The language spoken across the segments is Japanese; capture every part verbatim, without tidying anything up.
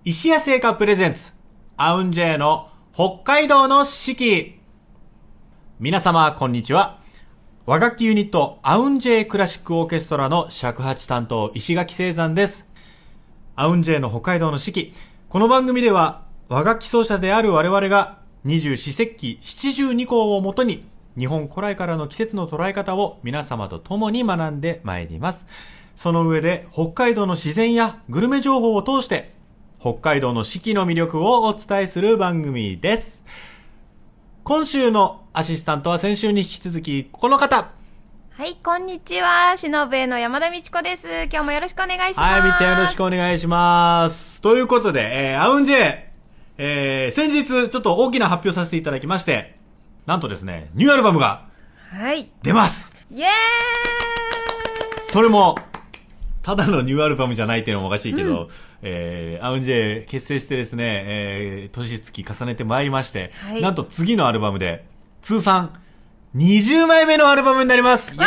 石屋製菓プレゼンツアウンジェイの北海道の四季。皆様こんにちは。和楽器ユニットアウンジェイクラシックオーケストラの尺八担当石垣聖山です。アウンジェイの北海道の四季。この番組では和楽器奏者である我々が二十四節気七十二候をもとに日本古来からの季節の捉え方を皆様と共に学んでまいります。その上で北海道の自然やグルメ情報を通して北海道の四季の魅力をお伝えする番組です。今週のアシスタントは先週に引き続きこの方。 はい、こんにちは。しのぶえの山田美智子です。今日もよろしくお願いします。 はい、みっちゃんよろしくお願いします。ということで、えー、アウンジェイ、えー、先日ちょっと大きな発表させていただきまして、なんとですね、ニューアルバムが出ます。 イエーイ。 それもただのニューアルバムじゃないっていうのもおかしいけど、うん、えー、アウンジェイ結成してですね、えー、年月重ねてまいりまして、はい、なんと次のアルバムで通算にじゅうまいめのアルバムになります。イエ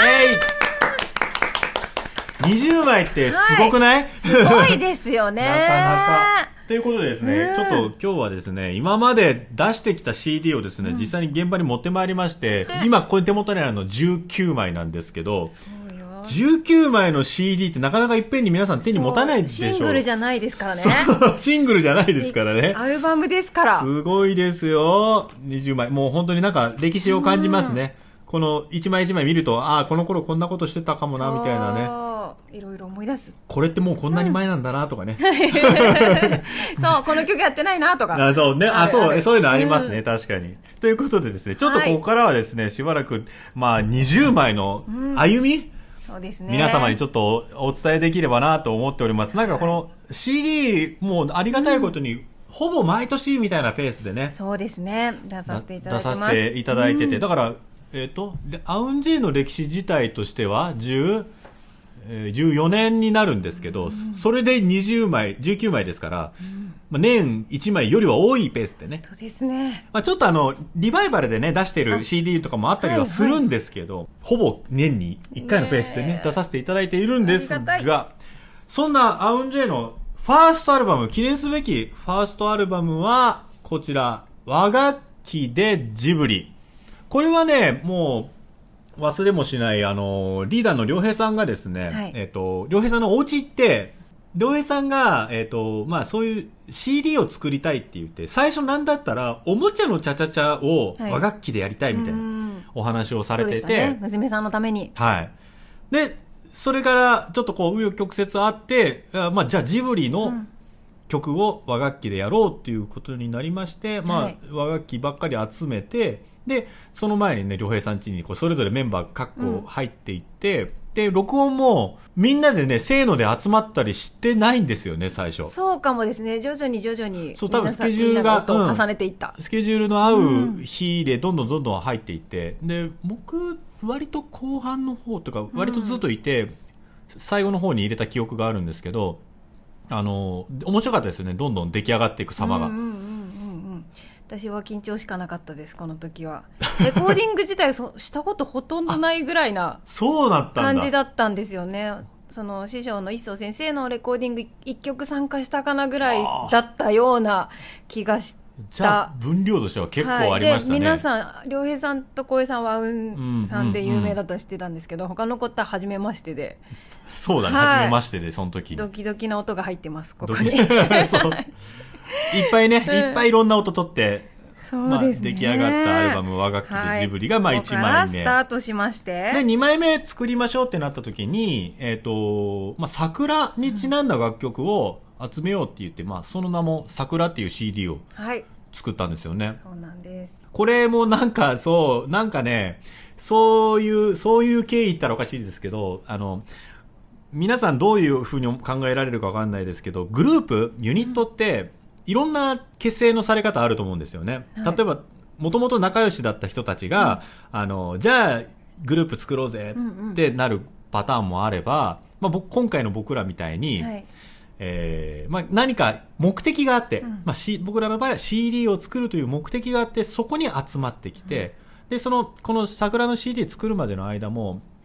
ーイ。にじゅうまいってすごくない？はい、 すごいですよね。 なかなか。ということでですね、ちょっと今日はですね、今まで出してきた シーディー をですね、うん、実際に現場に持ってまいりまして、今ここに手元にあるのじゅうきゅうまいなんですけど、じゅうきゅうまいの シーディー ってなかなかいっぺんに皆さん手に持たないでしょ。 シングルじゃないですからね。 シングルじゃないですからね。 アルバムですから。 すごいですよ。にじゅうまい。もう本当になんか歴史を感じますね。この一枚一枚見ると、ああ、この頃こんなことしてたかもな、みたいなね。 いろいろ思い出す。 これってもうこんなに前なんだな、とかね。 そう、この曲やってないな、とか。 あ、そうね。あ、そう、そういうのありますね、うん、確かに。ということでですね、ちょっとここからはですね、しばらく、まあ、にじゅうまいの歩み、うんそうですね、 皆様にちょっとお伝えできればなと思っております。なんかこの シーディー もありがたいことに、うん、ほぼ毎年みたいなペースでね。 そうですね。出させていただいてます。 出させていただいてて、うん、だから、えっと、アウンジェイの歴史自体としてはじゅう、えー、じゅうよねんになるんですけど、うん、それでにじゅうまい、じゅうきゅうまいですから、うんまあ、年いちまいよりは多いペースでね。 そうですね。 まあ、ちょっとあの、リバイバルでね、出してる シーディー とかもあったりはするんですけど、はいはい、ほぼ年にいっかいのペースでね、出させていただいているんですが、そんなアウンジェイのファーストアルバム、記念すべきファーストアルバムは、こちら、和楽器でジブリ。これはね、もう、忘れもしない、あの、リーダーの良平さんがですね、はい、えっと、良平さんのお家行って、良平さんが、えっと、まあそういう シーディー を作りたいって言って、最初なんだったら、おもちゃのチャチャチャを和楽器でやりたいみたいなお話をされてて。 そうでしたね、娘さんのために。 はい。で、それからちょっとこう、紆余曲折あって、まあじゃあジブリの曲を和楽器でやろうっていうことになりまして、うん、まあ、はい、和楽器ばっかり集めて、で、その前にね、良平さん家にこうそれぞれメンバー各個入っていって、うんで、録音もみんなでね、せーので集まったりしてないんですよね、最初。 そうかもですね。徐々に徐々に。 そう、多分スケジュールが、 重ねていった、 うん。スケジュールの合う日でどんどんどんどん入っていって、で、僕、割と後半の方とか、割とずっといて、うん、最後の方に入れた記憶があるんですけど、あの、面白かったですよね、どんどん出来上がっていく様が。うんうんうんうん私は緊張しかなかったです、この時は。レコーディング自体そしたことほとんどないぐらいな感じだったんですよね。その師匠の一層先生のレコーディング一曲参加したかなぐらいだったような気がした。 じゃあ分量としては結構ありましたね。 はい、で皆さん、良平さんと小江さんはアウンさんで有名だったら知ってたんですけど、うんうんうん、他の子は初めましてで。 そうだね、はい、初めましてでその時に。 ドキドキな音が入ってます、ここに。 そういっぱいね、うん、いっぱいいろんな音取って、 そうですね、 まあ、出来上がったアルバム和楽器でジブリがまあいちまいめ、はい、ここからスタートしまして、 でにまいめ作りましょうってなった時に、えっとまあ、桜にちなんだ楽曲を集めようって言って、うん、まあ、その名も桜っていう シーディー を作ったんですよね、はい、 そうなんです。 これもなんかそうなんかね、そういうそういう経緯言ったらおかしいですけど、あの皆さんどういうふうに考えられるかわかんないですけど、グループユニットって、うんいろんな結成のされ方あると思うんですよね。はい、例えば、もともと仲良しだった人たちが、うん、あの、じゃあ、グループ作ろうぜってなるパターンもあれば、まあ、僕今回の僕らみたいに、はいえーまあ、何か目的があって、うんまあ、C、僕らの場合は シーディー を作るという目的があって、そこに集まってきて、うん、で、その、この桜の シーディー 作るまでの間も、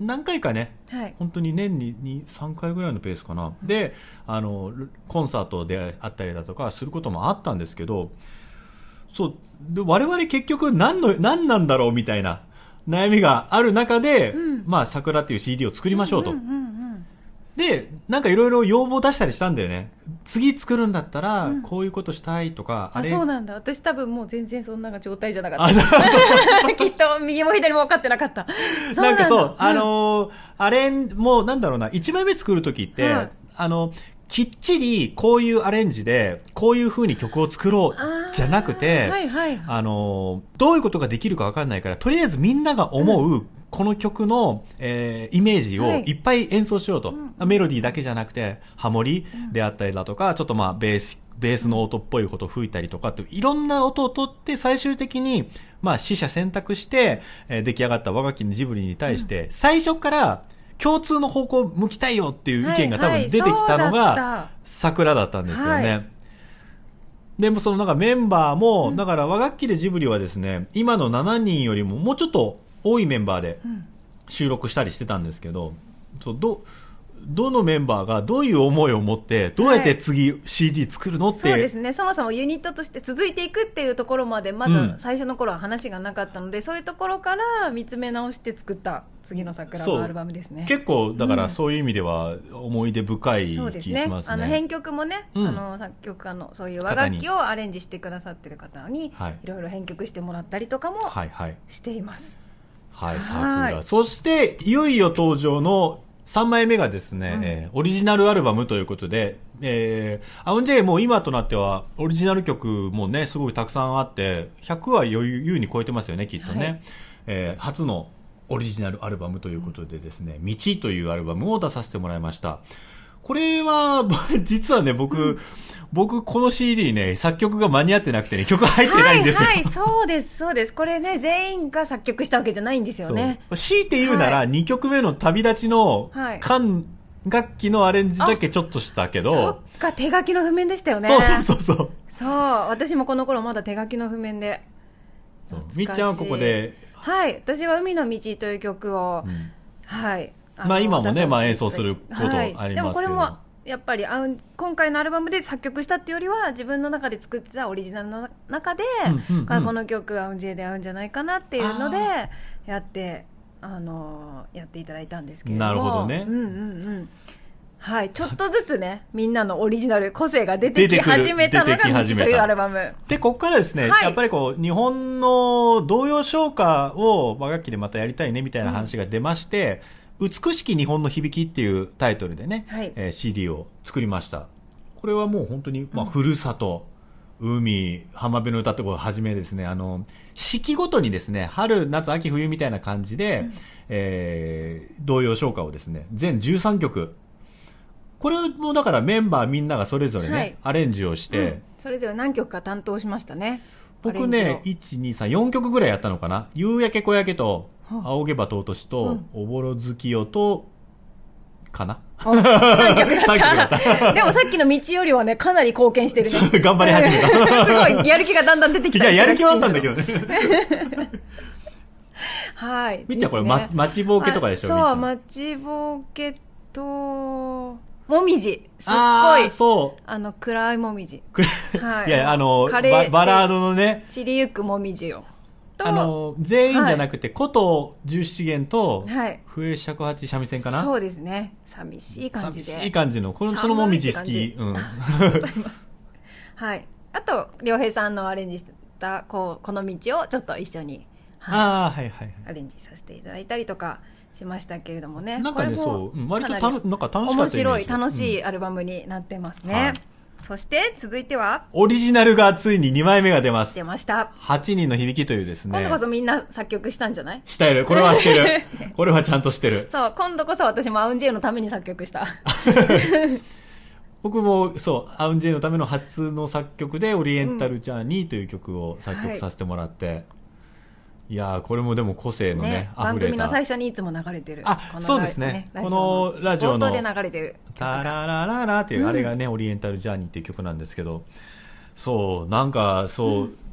何回かね、 はい、 本当に年ににさんかいぐらいのペースかな、であのコンサートであったりだとかすることもあったんですけど、そうで我々結局何の何なんだろうみたいな悩みがある中で、うん、まあ桜っていう シーディー を作りましょうと、うんうんうんうん、でなんかいろいろ要望出したりしたんだよね。次作るんだったらこういうことしたいとか、 うん、 あれあそうなんだ。私多分もう全然そんな状態じゃなかったきっと右も左も分かってなかった。 そうなんかそう、うん、あのー、あれもなんだろうな、いちまいめ作るときって、うん、あのきっちりこういうアレンジでこういう風に曲を作ろうじゃなくて、 はいはい、 あのどういうことができるか分かんないから、とりあえずみんなが思うこの曲の、えー、イメージをいっぱい演奏しようと、はい、メロディーだけじゃなくてハモリであったりだとか、ちょっとまあベースベースの音っぽいことを吹いたりとかっていろんな音を取って最終的にまあ取捨選択して、えー、出来上がった和楽器のジブリに対して、うん、最初から共通の方向を向きたいよっていう意見が多分出てきたのが桜だったんですよね、はい、でもそのなんかメンバーも、うん、だから和楽器でジブリはですね、今のしちにんよりももうちょっと多いメンバーで収録したりしてたんですけど、うん、そうどどのメンバーがどういう思いを持ってどうやって次 シーディー 作るのって、 はい、そうですね、そもそもユニットとして続いていくっていうところまでまず最初の頃は話がなかったので、うん、そういうところから見つめ直して作った次の桜のアルバムですね。 結構だからそういう意味では思い出深い気がしますね。そうですね、 あの編曲もね、うん、あの作曲家のそういう和楽器をアレンジしてくださってる方にいろいろ編曲してもらったりとかもしています。 はい、はいはい、桜。そしていよいよ登場のさんまいめがですね、うんえー、オリジナルアルバムということで、えー、アウンジェイも今となってはオリジナル曲もねすごいたくさんあってひゃくは余裕に超えてますよねきっとね、はいえー、初のオリジナルアルバムということでですね、道というアルバムを出させてもらいました。これは実はね僕、うん、僕この シーディー ね作曲が間に合ってなくてね曲入ってないんですよ。 はいはいそうですそうです。これね全員が作曲したわけじゃないんですよね。 強いて言うなら、はい、にきょくめの旅立ちの管楽器のアレンジだけちょっとしたけど、 そっか手書きの譜面でしたよね。 そうそうそうそうそう私もこの頃まだ手書きの譜面で。 みっちゃんはここではい私は海の道という曲を、うん、はいまあ今もね、まあ、演奏することありますけど、はい、 でもこれもやっぱり今回のアルバムで作曲したっていうよりは自分の中で作ってたオリジナルの中で、うんうんうん、この曲アウンジェで合うんじゃないかなっていうのでやってあのやっていただいたんですけれども、 なるほどね、 うんうんうんはい、ちょっとずつねみんなのオリジナル個性が出てき始めたのが道というアルバムで、ここからですね、はい、やっぱりこう日本の童謡唱歌を和楽器でまたやりたいねみたいな話が出まして、うん、美しき日本の響きっていうタイトルでね、はいえー、シーディー を作りました。これはもう本当に、まあ、ふるさと、うん、海浜辺の歌ってことをはじめですね、あの四季ごとにですね春夏秋冬みたいな感じで、うんえー、童謡唱歌をですね全じゅうさんきょく、これもだからメンバーみんながそれぞれね、はい、アレンジをして、うん、 それぞれ何曲か担当しましたね。 僕ね いちにさんよんきょくぐらいやったのかな。夕焼け小焼けと仰げば尊しと、うん、おぼろ月夜とかなさんきょくだったでもさっきの道よりはねかなり貢献してるね頑張り始めたすごいやる気がだんだん出てきた。 いややる気はあったんだけどねはいみっちゃんこれ、ねま、待ちぼうけとかでしょ。 そう待ちぼうけともみじすっごいそうあの暗いもみじ、 はい、いやあのバ, バラードのね散りゆくもみじよあの全員じゃなくて、はい、古都十七弦と笛尺八三味線かな。 そうですね寂しい感じで寂しい感じのこのそのもみじ好き、うん、 はいあと良平さんのアレンジしたこうこの道をちょっと一緒に、 はい、あはいはい、はい、 アレンジさせていただいたりとかしましたけれどもね。 なんかねそう、うん、割とたなんか楽しかった面白い楽しいアルバムになってますね、うんはい、そして続いてはオリジナルがついににまいめが出ます。 出ました。 はちにんの響きというですね。 今度こそみんな作曲したんじゃない？ したいるこれはしてる、ね、これはちゃんとしてる。 そう今度こそ私もアウンジェイのために作曲した僕もそうアウンジェイのための初の作曲でオリエンタルジャーニーという曲を作曲させてもらって、うんはいいやこれもでも個性のねね溢れた番組の最初にいつも流れてるあこのそうですねこのラジオの冒頭で流れてるタララララっていう、うん、あれがねオリエンタルジャーニーっていう曲なんですけどそうなんかそう、うん、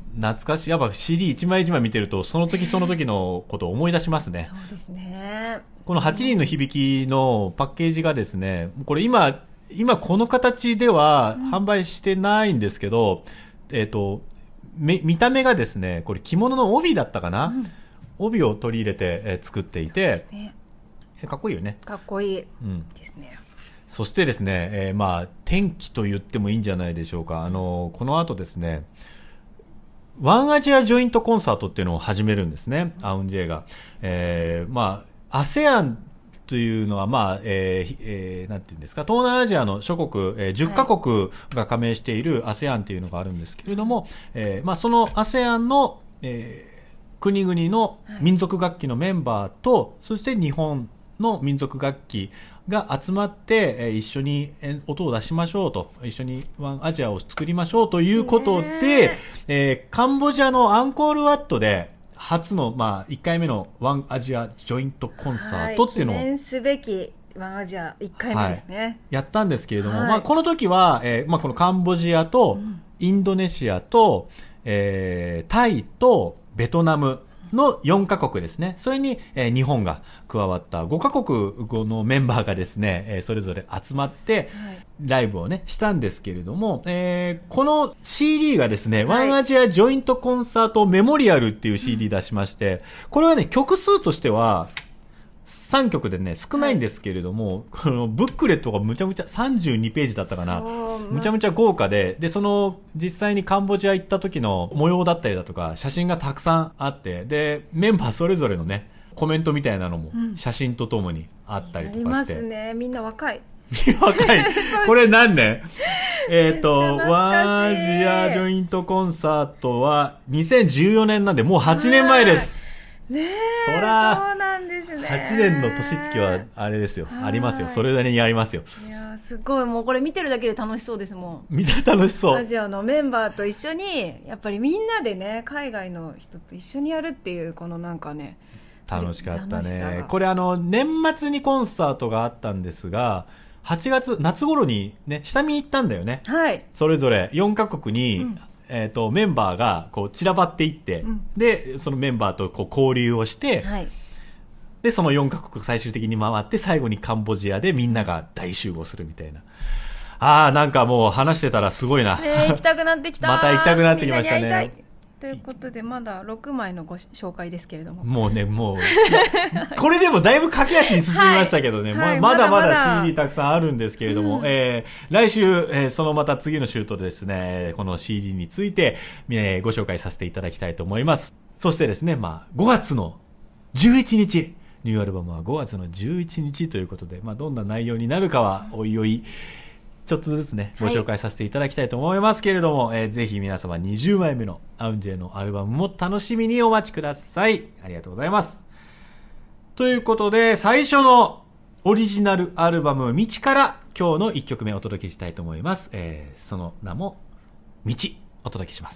懐かしい。やっぱ シーディーいちまいいちまい見てるとその時その時のことを思い出しますね。 そうですね。 このはちにんの響きのパッケージがですね、これ今今この形では販売してないんですけど、うん、えっと見た目がですね、これ着物の帯だったかな、うん、帯を取り入れて、えー、作っていて、ね、えかっこいいよね。 かっこいい、うん、ですね。 そしてですね、えー、まあ転機と言ってもいいんじゃないでしょうか。あのこの後ですね、ワンアジアジョイントコンサートっていうのを始めるんですね、アウンジェイが。えー、まあ アセアン というのは、まあえーえー、なんていうんですか、東南アジアの諸国、えー、じゅっかこくが加盟している アセアン というのがあるんですけれども、えーまあ、その アセアン の、えー、国々の民族楽器のメンバーと、そして日本の民族楽器が集まって、えー、一緒に音を出しましょうと、一緒にワンアジアを作りましょうということで、えー、カンボジアのアンコールワットで初の、まあ、いっかいめのワンアジアジョイントコンサートっていうのを、 記念すべきワンアジアいっかいめですね、はい、 やったんですけれども、はい、まあ、この時は、えーまあ、このカンボジアとインドネシアと、えー、タイとベトナムのよんかこくですね。それに、えー、日本が加わったごかこくのメンバーがですね、えー、それぞれ集まって、はい、ライブをねしたんですけれども、えー、この シーディー がですね、はい、ワンアジアジョイントコンサートメモリアルっていう シーディー 出しまして、うん、これはね曲数としてはさんきょくでね少ないんですけれども、はい、このブックレットがむちゃむちゃさんじゅうにページだったかな、むちゃむちゃ豪華で、でその実際にカンボジア行った時の模様だったりだとか写真がたくさんあって、でメンバーそれぞれのねコメントみたいなのも写真とともにあったりとかして、うん、ありますね。みんな若い若いこれ何年えっとワンアジアジョイントコンサートはにせんじゅうよねんなんでもうはちねんまえです。 ねえ、 そらそうなんですね。 はちねんの年月はあれですよ、ありますよ、それなりにありますよ。 いやすごい、もうこれ見てるだけで楽しそうですもん。 見て楽しそう。 アジアのメンバーと一緒にやっぱりみんなでね、海外の人と一緒にやるっていうこのなんかね、 楽しかったね。これあの年末にコンサートがあったんですが、はちがつ夏頃にね下見行ったんだよね、 はい、 それぞれよんかこくに、うん、えー、とメンバーがこう散らばっていって、うん、でそのメンバーとこう交流をして、はい、でそのよんかこく最終的に回って最後にカンボジアでみんなが大集合するみたいな。あーなんかもう話してたらすごいな、 ね、行きたくなってきたまた行きたくなってきましたね。 ということでまだろくまいのご紹介ですけれども、 もうねもうこれでもだいぶ駆け足に進みましたけどね、はいはい、ま, まだまだ シーディー たくさんあるんですけれども、うん、えー、来週、えー、そのまた次の週とですねこの シーディー について、えー、ご紹介させていただきたいと思います。そしてですね、まあ、ごがつのじゅういちにちニューアルバムはごがつのじゅういちにちということで、まあ、どんな内容になるかはおいおいちょっとずつねご紹介させていただきたいと思いますけれども、はい、えー、ぜひ皆様にじゅうまいめのアウンジェのアルバムも楽しみにお待ちください。ありがとうございます。ということで最初のオリジナルアルバム道から今日のいっきょくめお届けしたいと思います、えー、その名も道お届けします。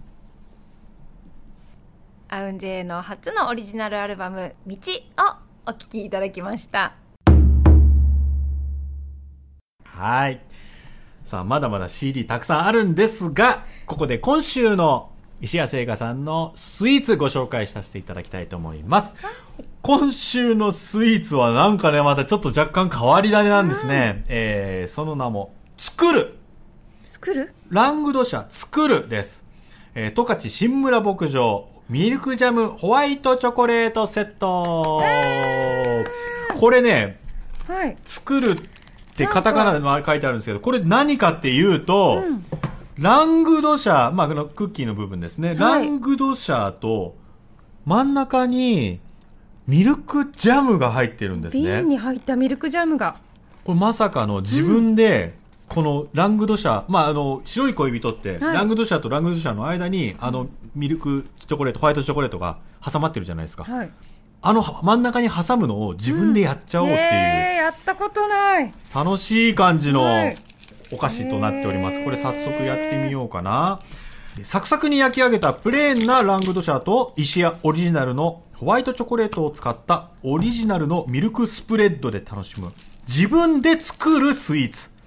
アウンジェの初のオリジナルアルバム道をお聴きいただきました。 はい。さあ、まだまだ シーディー たくさんあるんですが、ここで今週の石谷製菓さんのスイーツご紹介させていただきたいと思います。今週のスイーツはなんかね、またちょっと若干変わり種なんですね。えー、その名も、作る。 作る？ ラングドシャ作るです。えー、十勝新村牧場、ミルクジャムホワイトチョコレートセット。えー、これね、はい、作るってカタカナで書いてあるんですけど、これ何かっていうと、うん、ラングドシャ、まあ、このクッキーの部分ですね、はい、ラングドシャと真ん中にミルクジャムが入ってるんですね。 瓶に入ったミルクジャムが、 これまさかの自分で、うん、このラングドシャ、まあ、あの白い恋人って、はい、ラングドシャとラングドシャの間にあのミルクチョコレート、ホワイトチョコレートが挟まってるじゃないですか、はい、あの真ん中に挟むのを自分でやっちゃおうっていう、うん、 えー、やったことない楽しい感じのお菓子となっております、はい、これ早速やってみようかな。サクサクに焼き上げたプレーンなラングドシャと石屋オリジナルのホワイトチョコレートを使ったオリジナルのミルクスプレッドで楽しむ自分で作るスイーツ。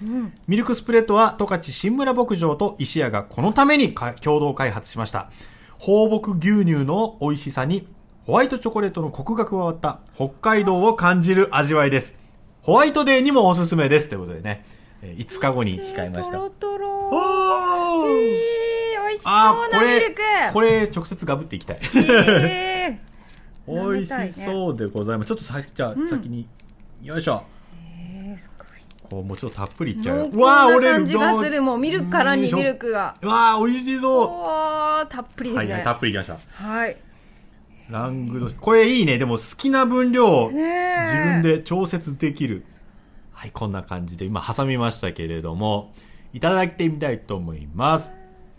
うん、 ミルクスプレッドは十勝新村牧場と石屋がこのために共同開発しました。放牧牛乳の美味しさにホワイトチョコレートのコクが加わった北海道を感じる味わいです。ホワイトデーにもおすすめですということでね、いつかごに控えました。 トロトロ。 おー、 えー、美味しそうなミルク。 これ、これ直接ガブっていきたい。 えー、美味しそうでございます。ちょっとさじゃあ、うん、先によいしょ。 えー、すごい。 こうもうちょっとたっぷりいっちゃう。 うわー、感じがする。もうミルクからにミルクが。 うわー、美味しそう。 おー、たっぷりですね。 はい、はい、たっぷりいきました。 はい。 ラングドシャ、これいいね。でも好きな分量自分で調節できる。はい、こんな感じで今挟みましたけれども、いただいてみたいと思います。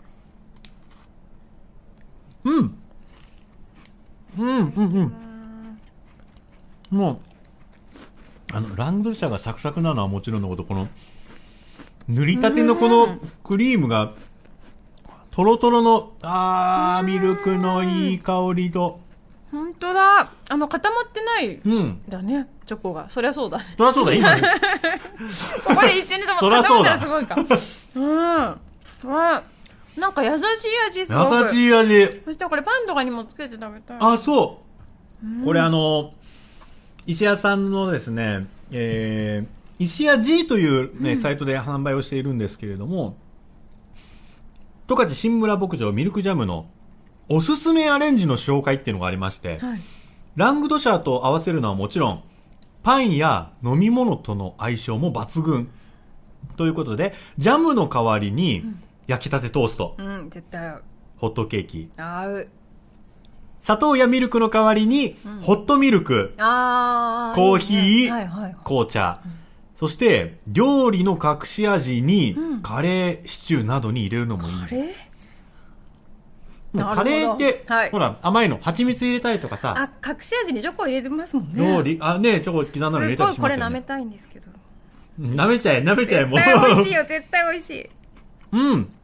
うん。うんうんうん。もうあのラングドシャがサクサクなのはもちろんのこと、この塗りたてのこのクリームがトロトロのあーミルクのいい香りと。 本当だ、あの固まってない、 うん、 だね、チョコが。そりゃそうだね。 そりゃそうだ、今ね。 ここで一緒に固まったらすごいか。うん。あ、なんか優しい味、すごく。 優しい味。 そしてこれパンとかにもつけて食べたい。 あ、そう。うん、これあの、石屋さんのですね、えー、石屋 G というね、うん、サイトで販売をしているんですけれども、十勝新村牧場ミルクジャムのおすすめアレンジの紹介っていうのがありまして、はい、ラングドシャと合わせるのはもちろんパンや飲み物との相性も抜群ということで、ジャムの代わりに焼きたてトースト、 うん、絶対合う。 ホットケーキ、 合う。 砂糖やミルクの代わりにホットミルク、うん、あー、コーヒー、いいね、はいはいはい、紅茶、うん、そして料理の隠し味にカレー、シチューなどに入れるのもいい。 カレー？ カレーって、はい、ほら甘いの蜂蜜入れたりとかさ、 あ、隠し味にチョコ入れてますもんね。 料理、あ、ね、チョコ刻んだの入れたりしますよね。 すごいこれ舐めたいんですけど。 舐めちゃえ、舐めちゃえ、もう。 絶対美味しいよ、絶対美味しい。 うん。うーん。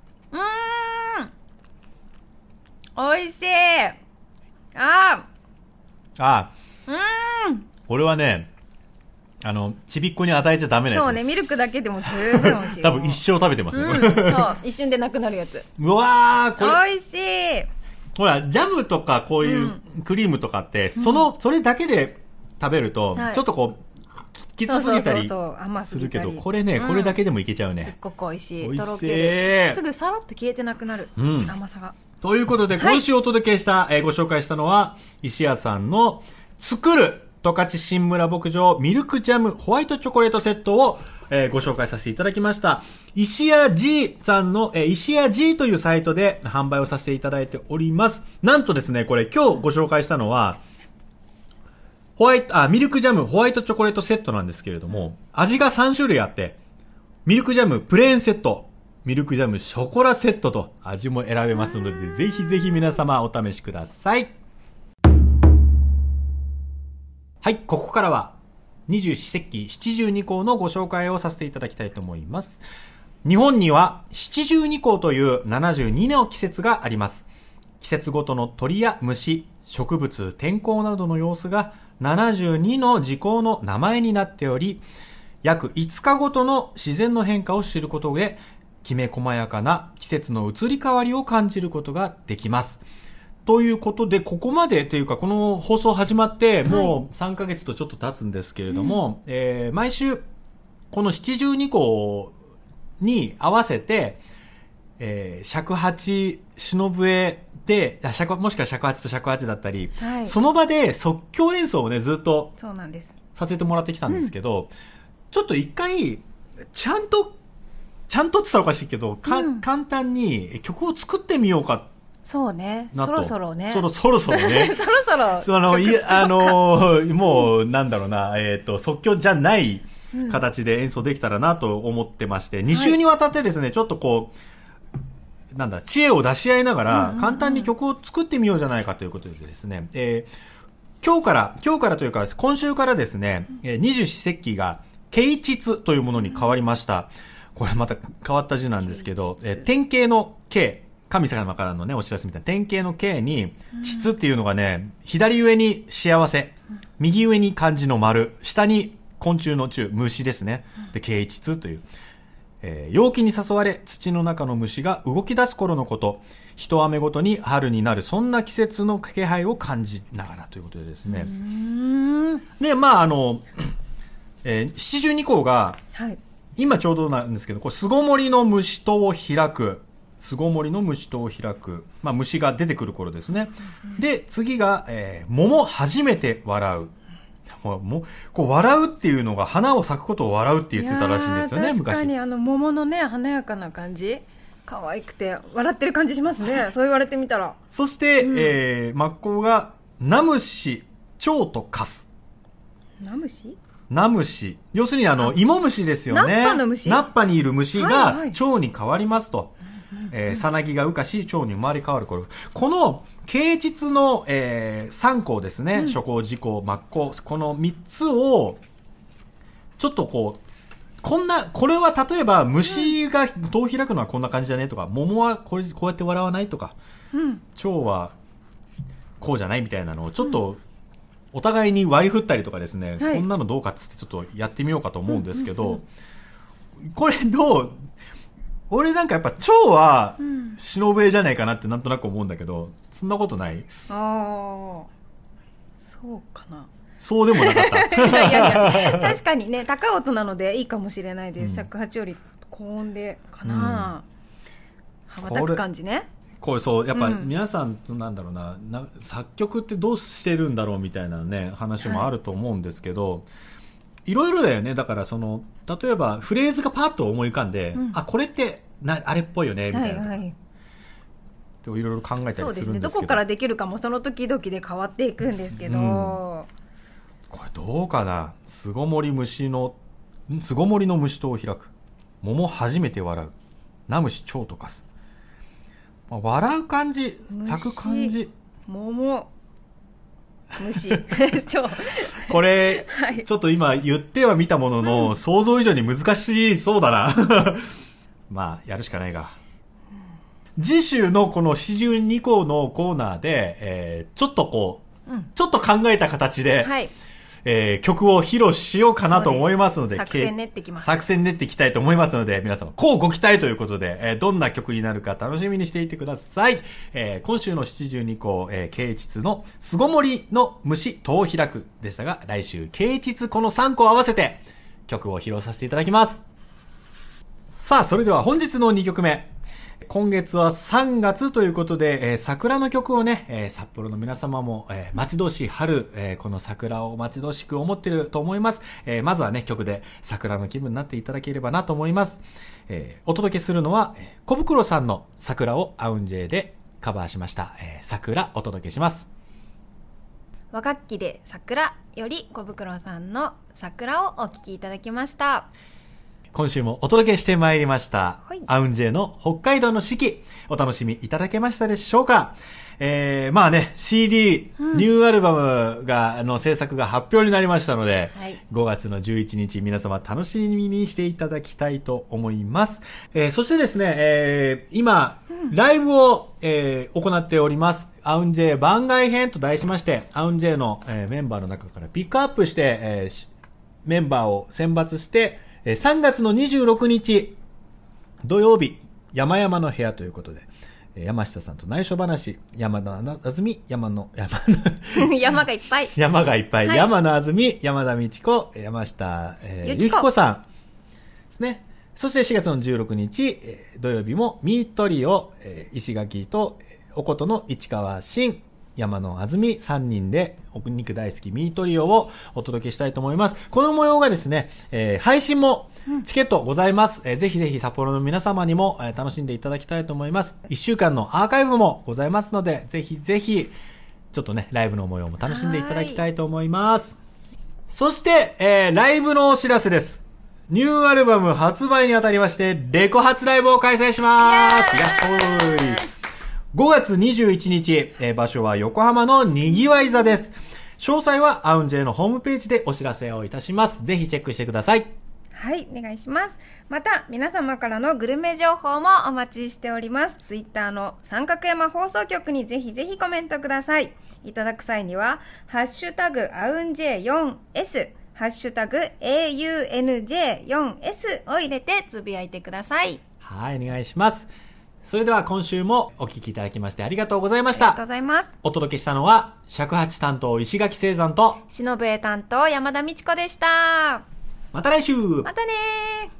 美味しい。ああ。あ。 うーん。 これはね、あの、ちびっこに与えちゃダメなやつです。 そうね、ミルクだけでも十分美味しい。 多分一生食べてますよ、 うん、そう、一瞬でなくなるやつ。 うわー、これ。 美味しい。 ほら、ジャムとかこういうクリームとかって、うん、その、それだけで食べると、ちょっとこう、きつすぎたりするけど、これね、うん、これだけでもいけちゃうね。 すっごく美味しい。 美味しい。 とろける。すぐさらっと消えてなくなる。うん、甘さが。 ということで、今週お届けした、はい、えー、ご紹介したのは、石屋さんの作る十勝新村牧場ミルクジャムホワイトチョコレートセットを、えー、ご紹介させていただきました。石屋 G さんの、えー、石屋 G というサイトで販売をさせていただいております。なんとですね、これ今日ご紹介したのは、ホワイト、あ、ミルクジャムホワイトチョコレートセットなんですけれども、味がさん種類あって、ミルクジャムプレーンセット、ミルクジャムショコラセットと味も選べますので、ぜひぜひ皆様お試しください。はい、ここからは二十四節気七十二候のご紹介をさせていただきたいと思います。日本には七十二候というななじゅうにの季節があります。季節ごとの鳥や虫、植物、天候などの様子がななじゅうにの時候の名前になっており、約いつかごとの自然の変化を知ることで、きめ細やかな季節の移り変わりを感じることができます。ということで、ここまでというか、この放送始まって、もうさんかげつとちょっと経つんですけれども、はい、えー、毎週、この七十二候に合わせて、えー、尺八、篠笛で、尺、もしくは尺八と尺八だったり、はい、その場で即興演奏をね、ずっと、 そうなんです。 させてもらってきたんですけど、うん、ちょっと一回、ちゃんと、ちゃんとって言ったらおかしいけど、か、うん、簡単に曲を作ってみようか。 そうね。そろそろね。 そろそろそろね。 そろそろ。 その、いあのー、もう、なんだろうな、えっと、即興じゃない形で演奏できたらなと思ってまして、うん、に週にわたってですね、はい、ちょっとこう、なんだ、知恵を出し合いながら、簡単に曲を作ってみようじゃないかということでですね、えー、今日から、今日からというか、今週からですね、二十四節気が、啓蟄というものに変わりました。これまた変わった字なんですけど、えー、典型の啓、神様からのね、お知らせみたいな。典型の形に、蟄っていうのがね、左上に幸せ、右上に漢字の丸、下に昆虫の虫、虫ですね。で、啓蟄という、えー、陽気に誘われ土の中の虫が動き出す頃のこと、一雨ごとに春になる、そんな季節の気配を感じながらということでですね。うーんで、まああの、えー、七十二候が、はい、今ちょうどなんですけど、これ巣ごもりの虫戸を開く、巣ごもりの虫戸を開く、まあ虫が出てくる頃ですね。うんうん、で、次が、えー、桃初めて笑う。もうこう笑うっていうのが花を咲くことを笑うって言ってたらしいんですよね。 確かにあの桃のね華やかな感じ、可愛くて笑ってる感じしますね。そう言われてみたら。 そして、うん、えー、真っ向がナムシ、蝶とカス。 ナムシ？ ナムシ、要するにあの芋虫ですよね。 ナッパの虫。 ナッパにいる虫が蝶に変わりますと。はいはい、えー、さなぎが羽化し蝶に生まれ変わる頃、この啓蟄の、えー、さん項ですね、うん、初項、次項、末項、このみっつをちょっとこうこんな、これは例えば虫が戸を開くのはこんな感じだねとか、桃はこれこうやって笑わないとか、うん、蝶はこうじゃないみたいなのをちょっとお互いに割り振ったりとかですね、はい、こんなのどうかっつってちょっとやってみようかと思うんですけど、うんうんうん、これどう？俺なんかやっぱ蝶は忍笛じゃないかなってなんとなく思うんだけど、そんなことない？ああ、そうかな。 そうでもなかった。いやいやいや、確かにね、高い音なのでいいかもしれないです。尺八より高音でかな、うん、羽ばたく感じね。 これそうやっぱ皆さん、うん、なんだろうな、な作曲ってどうしてるんだろうみたいなね話もあると思うんですけど、はい、いろいろだよね。だからその例えばフレーズがパッと思い浮かんで、うん、あこれってなあれっぽいよねみたいな、はいはい、いろいろ考えたりするんですけど、そうですね、 どこからできるかもその時々で変わっていくんですけど、うん、 これどうかな。巣ごもり虫の巣ごもりの虫戸を開く、桃初めて笑う、ナムシ蝶とかす、まあ、笑う感じ、咲く感じ、 桃虫蝶これ、はい、ちょっと今言ってはみたものの、うん、想像以上に難しそうだなまあやるしかないが、うん、次週のこの四十二項のコーナーで、えー、ちょっとこう、うん、ちょっと考えた形で、はい、えー、曲を披露しようかなと思いますので、 作戦練ってきます。 作戦練っていきたいと思いますので、皆様、こうご期待ということで、えー、どんな曲になるか楽しみにしていてください。えー、今週の七十二項、えー、啓蟄の巣ごもりの虫戸を開くでしたが、来週、啓蟄このさん項合わせて曲を披露させていただきます。さあ、それでは本日のにきょくめ。今月はさんがつということで、えー、桜の曲をね、えー、札幌の皆様も、えー、待ち遠しい春、えー、この桜を待ち遠しく思っていると思います。えー、まずはね、曲で桜の気分になっていただければなと思います。えー、お届けするのは、小袋さんの桜をアウンジェでカバーしました。えー、桜お届けします。 和楽器で桜より小袋さんの桜をお聴きいただきました。 今週もお届けしてまいりました、はい、アウンジェの北海道の四季、お楽しみいただけましたでしょうか。えー、まあね シーディー、うん、ニューアルバムがの制作が発表になりましたので、はい、ごがつのじゅういちにち皆様楽しみにしていただきたいと思います。えー、そしてですね、えー、今、うん、ライブを、えー、行っております。アウンジェ番外編と題しまして、アウンジェの、えー、メンバーの中からピックアップして、えー、メンバーを選抜してさんがつのにじゅうろくにち土曜日、山々の部屋ということで、山下さんと内緒話、山田あずみ、山の山の山がいっぱい山がいっぱい、はい、山のあずみ、山田美智子、山下、えー、ゆきこさんですね。そしてしがつのじゅうろくにち、えー、土曜日もミートリオ、えー、石垣とおことの市川新、山のあずみさんにんでお肉大好きミートリオをお届けしたいと思います。この模様がですね、えー、配信もチケットございます、うん、えー、ぜひぜひ札幌の皆様にも、えー、楽しんでいただきたいと思います。いっしゅうかんのアーカイブもございますので、ぜひぜひちょっとねライブの模様も楽しんでいただきたいと思います。そして、えー、ライブのお知らせです。ニューアルバム発売にあたりましてレコ発ライブを開催します。やっほーい。ごがつにじゅういちにち、えー、場所は横浜のにぎわい座です。詳細はアウンジェのホームページでお知らせをいたします。ぜひチェックしてください。 はい、お願いします。また皆様からのグルメ情報もお待ちしております。ツイッターの三角山放送局にぜひぜひコメントください。いただく際にはハッシュタグアウンジェ よんエスハッシュタグ エーユーエヌジェーフォーエス を入れてつぶやいてください。 はい、お願いします。それでは今週もお聞きいただきましてありがとうございました。 ありがとうございます。 お届けしたのは尺八担当石垣聖山と篠笛担当山田美智子でした。 また来週。 またねー。